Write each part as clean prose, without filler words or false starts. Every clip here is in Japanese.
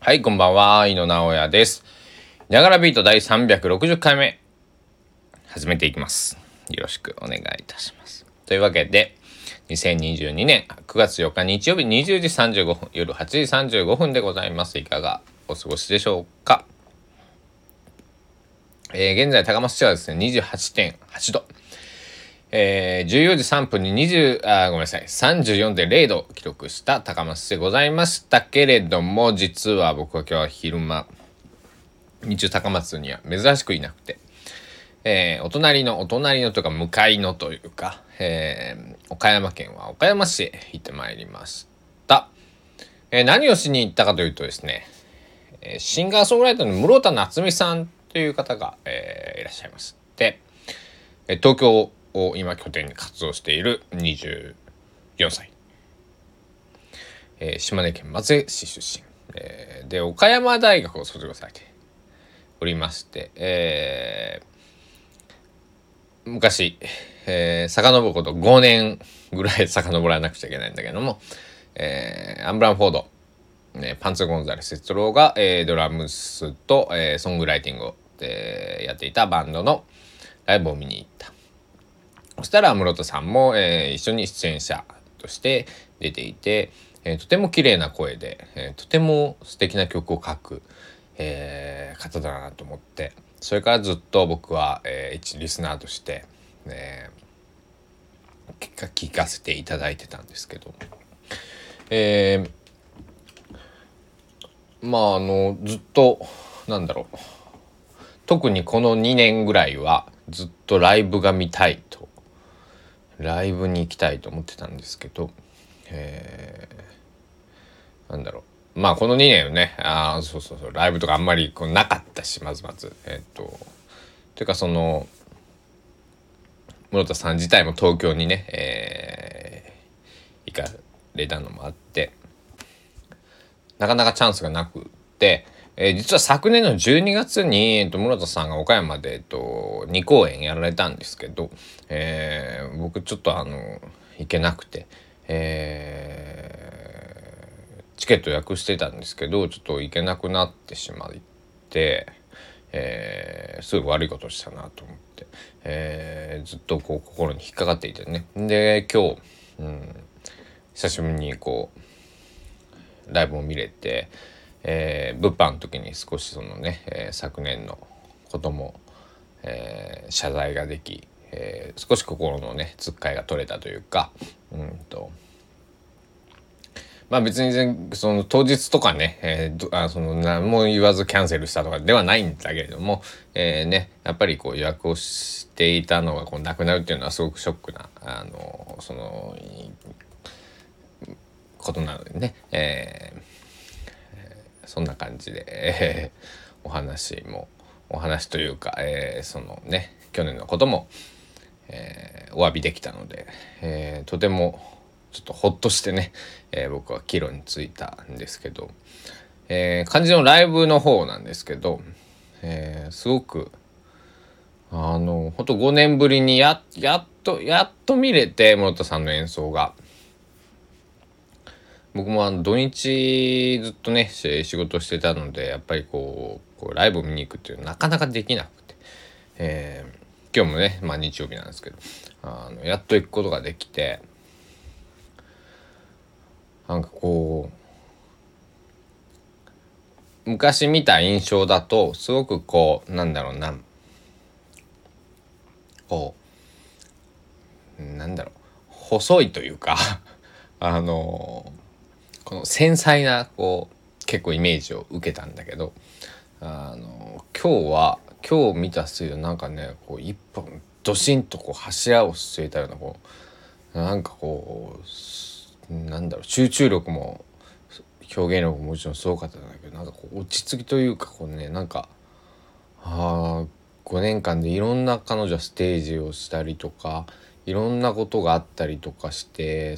はい、こんばんは。井野直哉です。ながらビート第360回目、始めていきます。よろしくお願いいたします。というわけで、2022年9月4日日曜日20時35分、夜8時35分でございます。いかがお過ごしでしょうか。現在、高松市はですね、28.8度。14時3分に34.0度を記録した高松市でございましたけれども、実は僕は今日は昼間、日中高松には珍しくいなくて、お隣のというか向かいのというか、岡山県は岡山市へ行ってまいりました。何をしに行ったかというとですね、シンガーソングライターの室田夏美さんという方が、いらっしゃいまして、東京を今拠点に活動している24歳、島根県松江市出身、で岡山大学を卒業されておりまして、昔、遡ること5年ぐらい遡らなくちゃいけないんだけども、アンブラン・フォード、パンツ・ゴンザレス・哲郎が、ドラムスと、ソングライティングを、やっていたバンドのライブを見に行った。そしたら室戸さんも、一緒に出演者として出ていて、とても綺麗な声で、とても素敵な曲を書く、方だなと思って、それからずっと僕は、一リスナーとして、聞かせていただいてたんですけど、ずっと特にこの2年ぐらいはずっとライブが見たいと、ライブに行きたいと思ってたんですけど、この2年ね、ライブとかあんまりなかったし、まずというかその室田さん自体も東京にね、行かれたのもあって、なかなかチャンスがなくって、実は昨年の12月に、室田さんが岡山で、2公演やられたんですけど、僕ちょっと行けなくて、チケット予約してたんですけど、ちょっと行けなくなってしまって、すごい悪いことをしたなと思って、ずっと心に引っかかっていてね。で今日、久しぶりにライブを見れて、物販の時に少しそのね、昨年のことも、謝罪ができ、少し心のねつっかえが取れたというか、別にその当日とかね、その何も言わずキャンセルしたとかではないんだけれども、やっぱり予約をしていたのがなくなるっていうのはすごくショックなそのことなのでね、そんな感じで、お話というか、そのね去年のことも、お詫びできたので、とてもちょっとほっとしてね、僕は帰路に着いたんですけど、肝心のライブの方なんですけど、すごくほんと5年ぶりにやっと見れて、室田さんの演奏が。僕も土日ずっとね仕事してたので、やっぱりライブ見に行くっていうのはなかなかできなくて、今日もね、日曜日なんですけど、やっと行くことができて、昔見た印象だとすごく細いというかこの繊細な結構イメージを受けたんだけど、今日見たスイート一本ドシンと柱を据えたような集中力も表現力ももちろんすごかったんだけど、落ち着きというか5年間でいろんな彼女はステージをしたりとか、いろんなことがあったりとかして、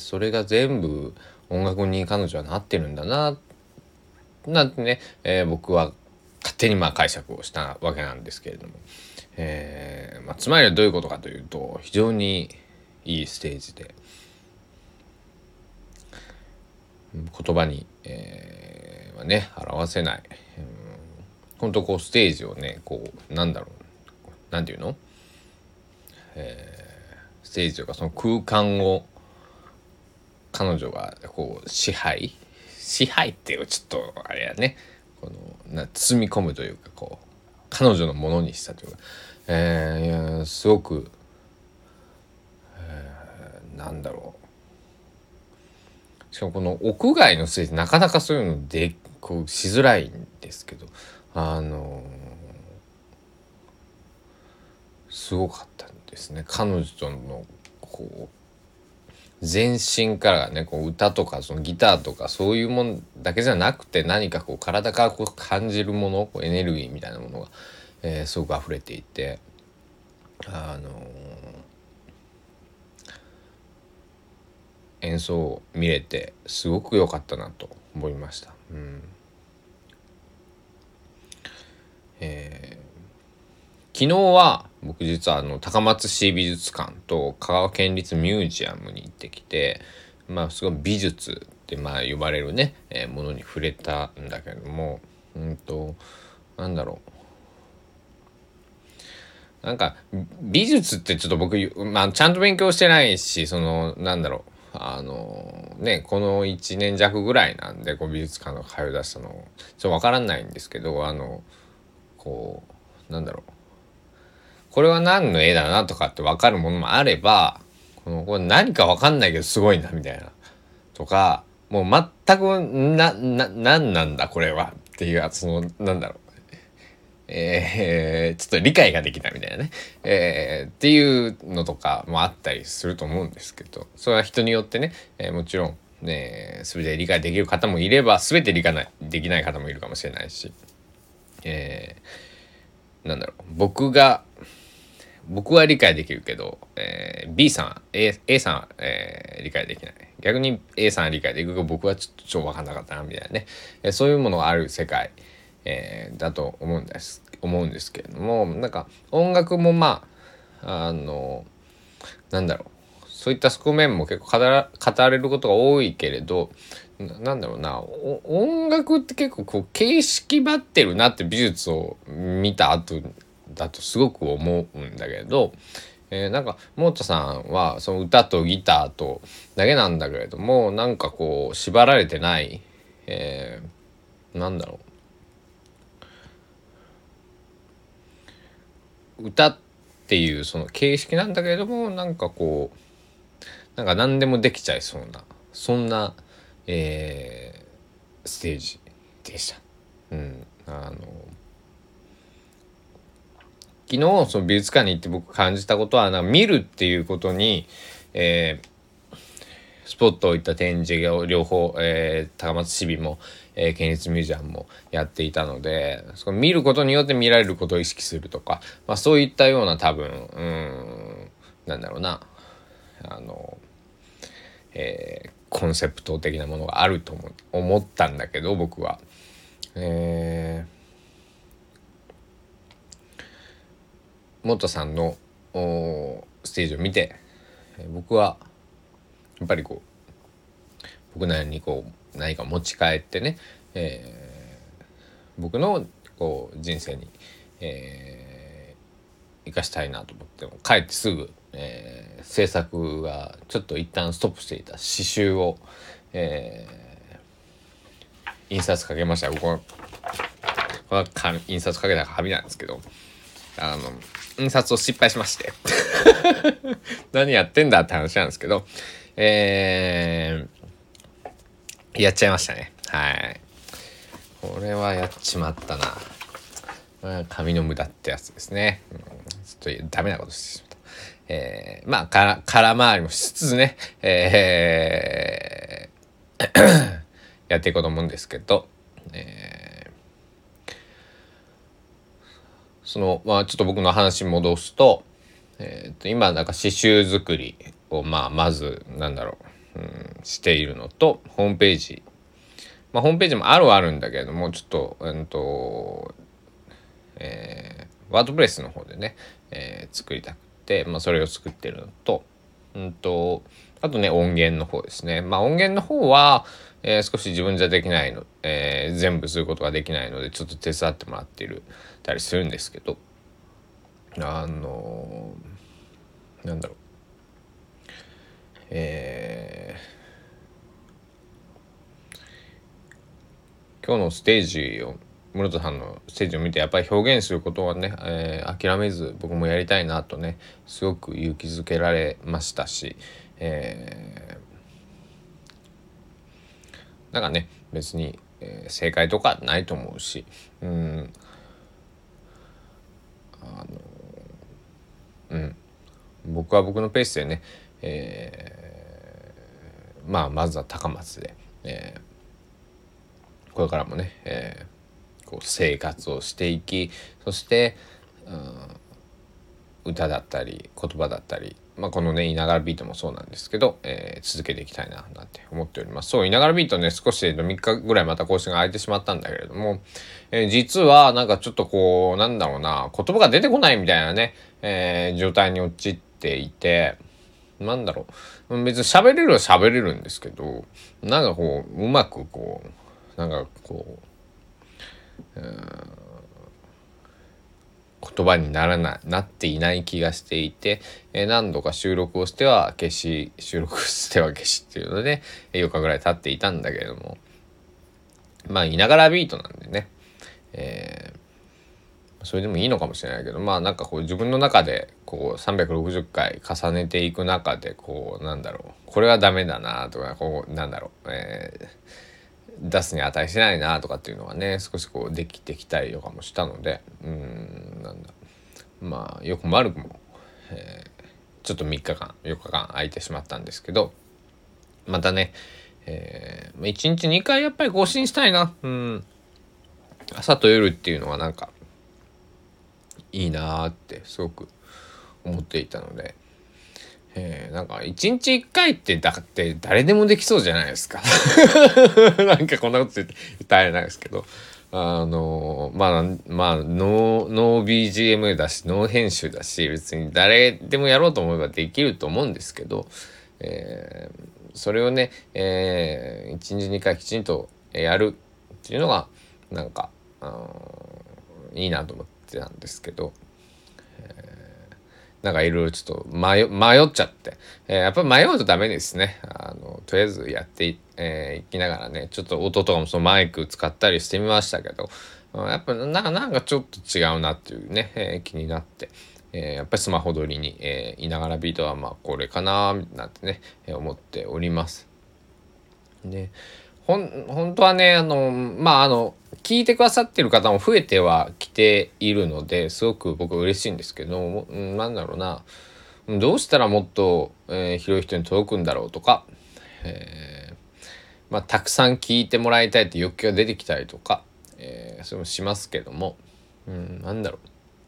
それが全部音楽に彼女はなってるんだななんてね、僕は勝手に解釈をしたわけなんですけれども、つまりはどういうことかというと、非常にいいステージで、言葉に、 はね表せない、本当こうステージをねこうなんだろうなんていうの、ステージというかその空間を彼女がこう支配っていうちょっとあれやね、この包み込むというかこう彼女のものにしたというか、いやすごく、なんだろう、しかもこの屋外のステージなかなかそういうのでこうしづらいんですけど、すごかったんですね。彼女のこう全身からねこう歌とかそのギターとかそういうものだけじゃなくて、何かこう体からこう感じるもの、こうエネルギーみたいなものが、すごく溢れていて、演奏を見れてすごく良かったなと思いました。昨日は僕実は高松市美術館と香川県立ミュージアムに行ってきて、すごい美術って呼ばれるね、ものに触れたんだけれども、なんだろう、なんか美術ってちょっと僕、ちゃんと勉強してないし、そのなんだろうこの1年弱ぐらいなんでこう美術館の通い出したのちょっと分からないんですけど、こうなんだろう、これは何の絵だなとかって分かるものもあれば、これ何か分かんないけどすごいなみたいなとか、もう全く何なんだこれはっていう、そのなんだろう、ちょっと理解ができないみたいなね、っていうのとかもあったりすると思うんですけど、それは人によってね、もちろんね全て理解できる方もいれば全て理解できない方もいるかもしれないし、なんだろう、僕は理解できるけど、B さん A さんは、理解できない、逆に A さんは理解できるけど僕はちょっと超分かんなかったなみたいなね、そういうものがある世界、だと思うんですけれども、なんか音楽もなんだろう、そういった側面も結構語れることが多いけれど、なんだろうな、音楽って結構こう形式ばってるなって美術を見た後だとすごく思うんだけど、なんかモータさんはその歌とギターとだけなんだけれども、なんかこう縛られてない、なんだろう、歌っていうその形式なんだけれども、なんかこうなんか何でもできちゃいそうな、そんな、ステージでした。昨日その美術館に行って僕感じたことは、見るっていうことに、スポットを置いた展示を両方、高松市美も、県立ミュージアムもやっていたので、その見ることによって見られることを意識するとか、そういったような多分なんだろうな、コンセプト的なものがあると思ったんだけど、僕は、モトさんのステージを見て、僕はやっぱりこう僕なりにこう何か持ち帰ってね、僕のこう人生に、生かしたいなと思って帰ってすぐ、制作がちょっと一旦ストップしていた刺繍を、印刷かけました。僕は印刷かけた紙なんですけど、印刷を失敗しまして何やってんだって話なんですけど、やっちゃいましたね。はい。これはやっちまったな。紙の無駄ってやつですね。ちょっとダメなことしてしまった。空回りもしつつね、やっていこうと思うんですけど、ちょっと僕の話に戻すと、今なんか刺繍作りをまずしているのと、ホームページ、ホームページもあるんだけれども、ちょっとワードプレスの方でね、作りたくて、それを作ってるのと、あとね音源の方ですね。音源の方は少し自分じゃできないの、全部することができないのでちょっと手伝ってもらっているたりするんですけど、なんだろう、今日のステージを室田さんのステージを見てやっぱり表現することはね、諦めず僕もやりたいなとねすごく勇気づけられましたし、なんかね別に、正解とかないと思うし、僕は僕のペースでね、まずは高松で、これからもね、こう生活をしていき、そして、歌だったり言葉だったり、このねいながらビートもそうなんですけど、続けていきたいななんて思っております。そういながらビートね少しで3日ぐらいまた更新が空いてしまったんだけれども、実はなんかちょっとこうなんだろうな、言葉が出てこないみたいなね、状態に陥っていて、なんだろう、別に喋れるは喋れるんですけど、なんかこううまくこうなんかこう言葉になっていない気がしていて、何度か収録をしては消し、収録しては消しっていうので、4日ぐらい経っていたんだけれども、いながらビートなんでね、それでもいいのかもしれないけど、なんかこう自分の中でこう360回重ねていく中でこうなんだろう、これはダメだなとか、こうなんだろう、出すに値しないなとかっていうのはね少しこうできてきたりとかもしたので、なんだ、よくも悪くも、ちょっと3日間4日間空いてしまったんですけど、またね、1日2回やっぱり更新したいな。朝と夜っていうのはなんかいいなーってすごく思っていたので、なんか一日一回ってだって誰でもできそうじゃないですか。なんかこんなこと言ったらあれなんですけど、ノー BGM だしノー編集だし別に誰でもやろうと思えばできると思うんですけど、それをね、一日二回きちんとやるっていうのがなんかいいなと思ってたんですけど、なんかいろいろちょっと迷っちゃって、やっぱり迷うとダメですね。とりあえずやっていきながらね、ちょっと音とかもそのマイク使ったりしてみましたけど、やっぱなんかちょっと違うなっていうね、気になって、やっぱりスマホ撮りに、いながらビートはこれかななんてね、思っております。で、本当はね、聞いてくださってる方も増えてはきているのですごく僕嬉しいんですけど、なんだろうな、どうしたらもっと、広い人に届くんだろうとか、たくさん聞いてもらいたいって欲求が出てきたりとか、それもしますけども、なんだろ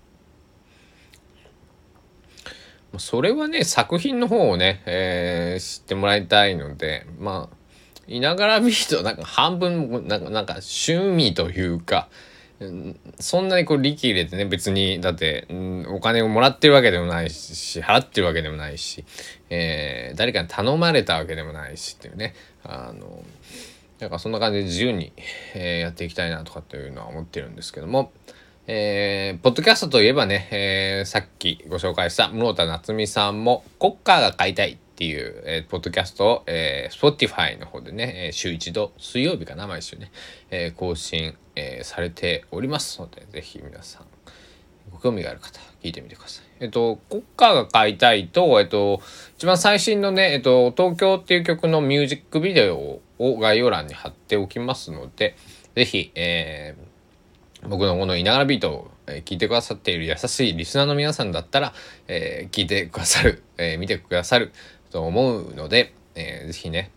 う、それはね作品の方をね、知ってもらいたいので、いながらビートなんか半分なんか趣味というか、そんなにこう力入れてね別にだって、お金をもらってるわけでもないし払ってるわけでもないし、誰かに頼まれたわけでもないしっていうね、なんかそんな感じで自由に、やっていきたいなとかっていうのは思ってるんですけども、ポッドキャストといえばね、さっきご紹介した室田夏美さんも国歌が買いたいっていう、ポッドキャストを、Spotify の方でね、週一度水曜日かな毎週ね、更新、されておりますのでぜひ皆さんご興味がある方聞いてみてください。国歌が買いたいと、一番最新のね、東京っていう曲のミュージックビデオを概要欄に貼っておきますのでぜひ、僕のこのいながらビートを聞いてくださっている優しいリスナーの皆さんだったら、聞いてくださる、見てくださると思うので、ぜひね、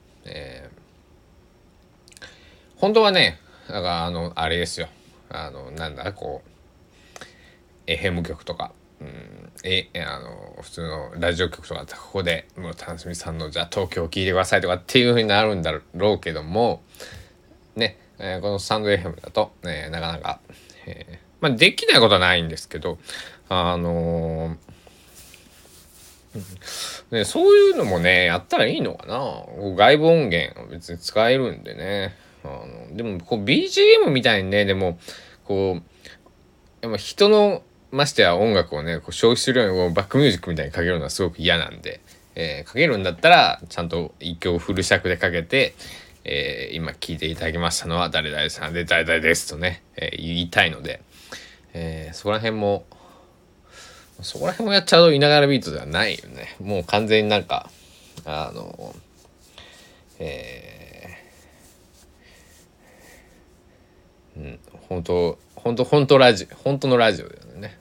本当はね、なんかあれですよ、なんだこうFM 局とか、普通のラジオ局とかここでもう田中さんのじゃあ東京を聞いてくださいとかっていう風になるんだろうけどもね、このスタンド FM だと、なかなか、できないことはないんですけど、 ね、そういうのもね、やったらいいのかな。外部音源は別に使えるんでね。でも、BGM みたいにね、でも、こやっぱ人の、ましてや音楽をね、消費するようにバックミュージックみたいにかけるのはすごく嫌なんで、かけるんだったら、ちゃんと一曲フル尺でかけて、今聴いていただきましたのは誰々さんで誰々ですとね、言いたいので、そこら辺もやっちゃうといながらビートではないよね。もう完全になんか、え本当本当のラジオだよね。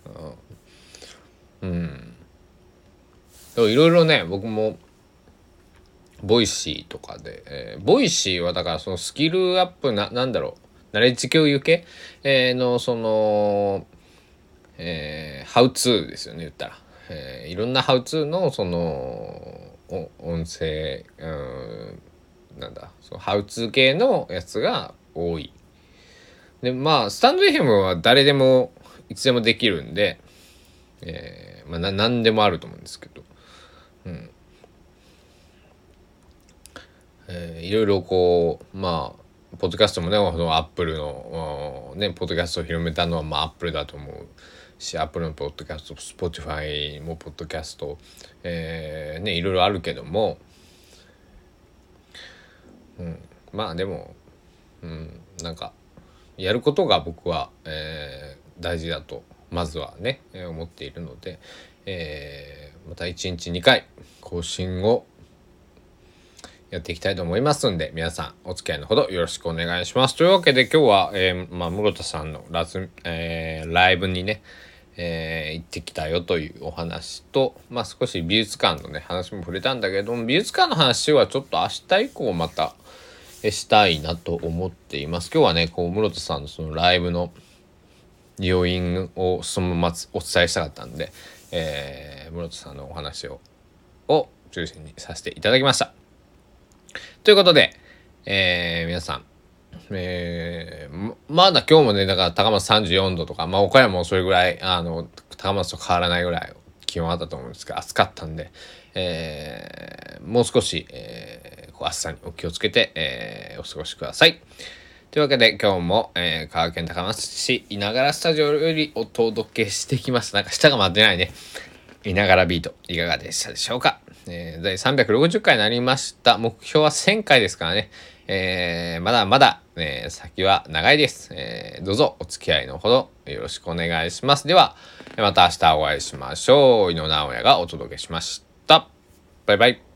いろいろね、僕もボイシーとかで、ボイシーはだからそのスキルアップなんだろう、ナレッジ共有系、のその、ハウツーですよね、言ったら。いろんなハウツーのその音声、なんだ、そのハウツー系のやつが多い。で、まあ、スタンド FM は誰でもいつでもできるんで、何でもあると思うんですけど、いろいろこう、まあ、ポッドキャストもね、アップルの、ね、ポッドキャストを広めたのは、まあ、アップルだと思うし、アップルのポッドキャスト、スポティファイもポッドキャスト、ね、いろいろあるけども、まあでも、なんか、やることが僕は、大事だとまずはね、思っているので、また1日2回更新をやっていきたいと思いますんで、皆さんお付き合いのほどよろしくお願いします。というわけで今日は、室田さんのライブにね、行ってきたよというお話と、少し美術館のね話も触れたんだけども、美術館の話はちょっと明日以降またしたいなと思っています。今日はね、室田さんのそのライブの要因をそのままお伝えしたかったんで、室田さんのお話を中心にさせていただきました。ということで、皆さん、まだ今日もね、だから高松34度とか、岡山もそれぐらい、高松と変わらないぐらい気温あったと思うんですが、暑かったんで、もう少し、暑さにお気をつけて、お過ごしください。というわけで今日も、香川県高松市いながらスタジオよりお届けしてきます。なんか舌が回ってないね。いながらビートいかがでしたでしょうか。第360回になりました。目標は1000回ですからね。まだまだ、先は長いです。どうぞお付き合いのほどよろしくお願いします。ではまた明日お会いしましょう。井野直哉がお届けしました。バイバイ。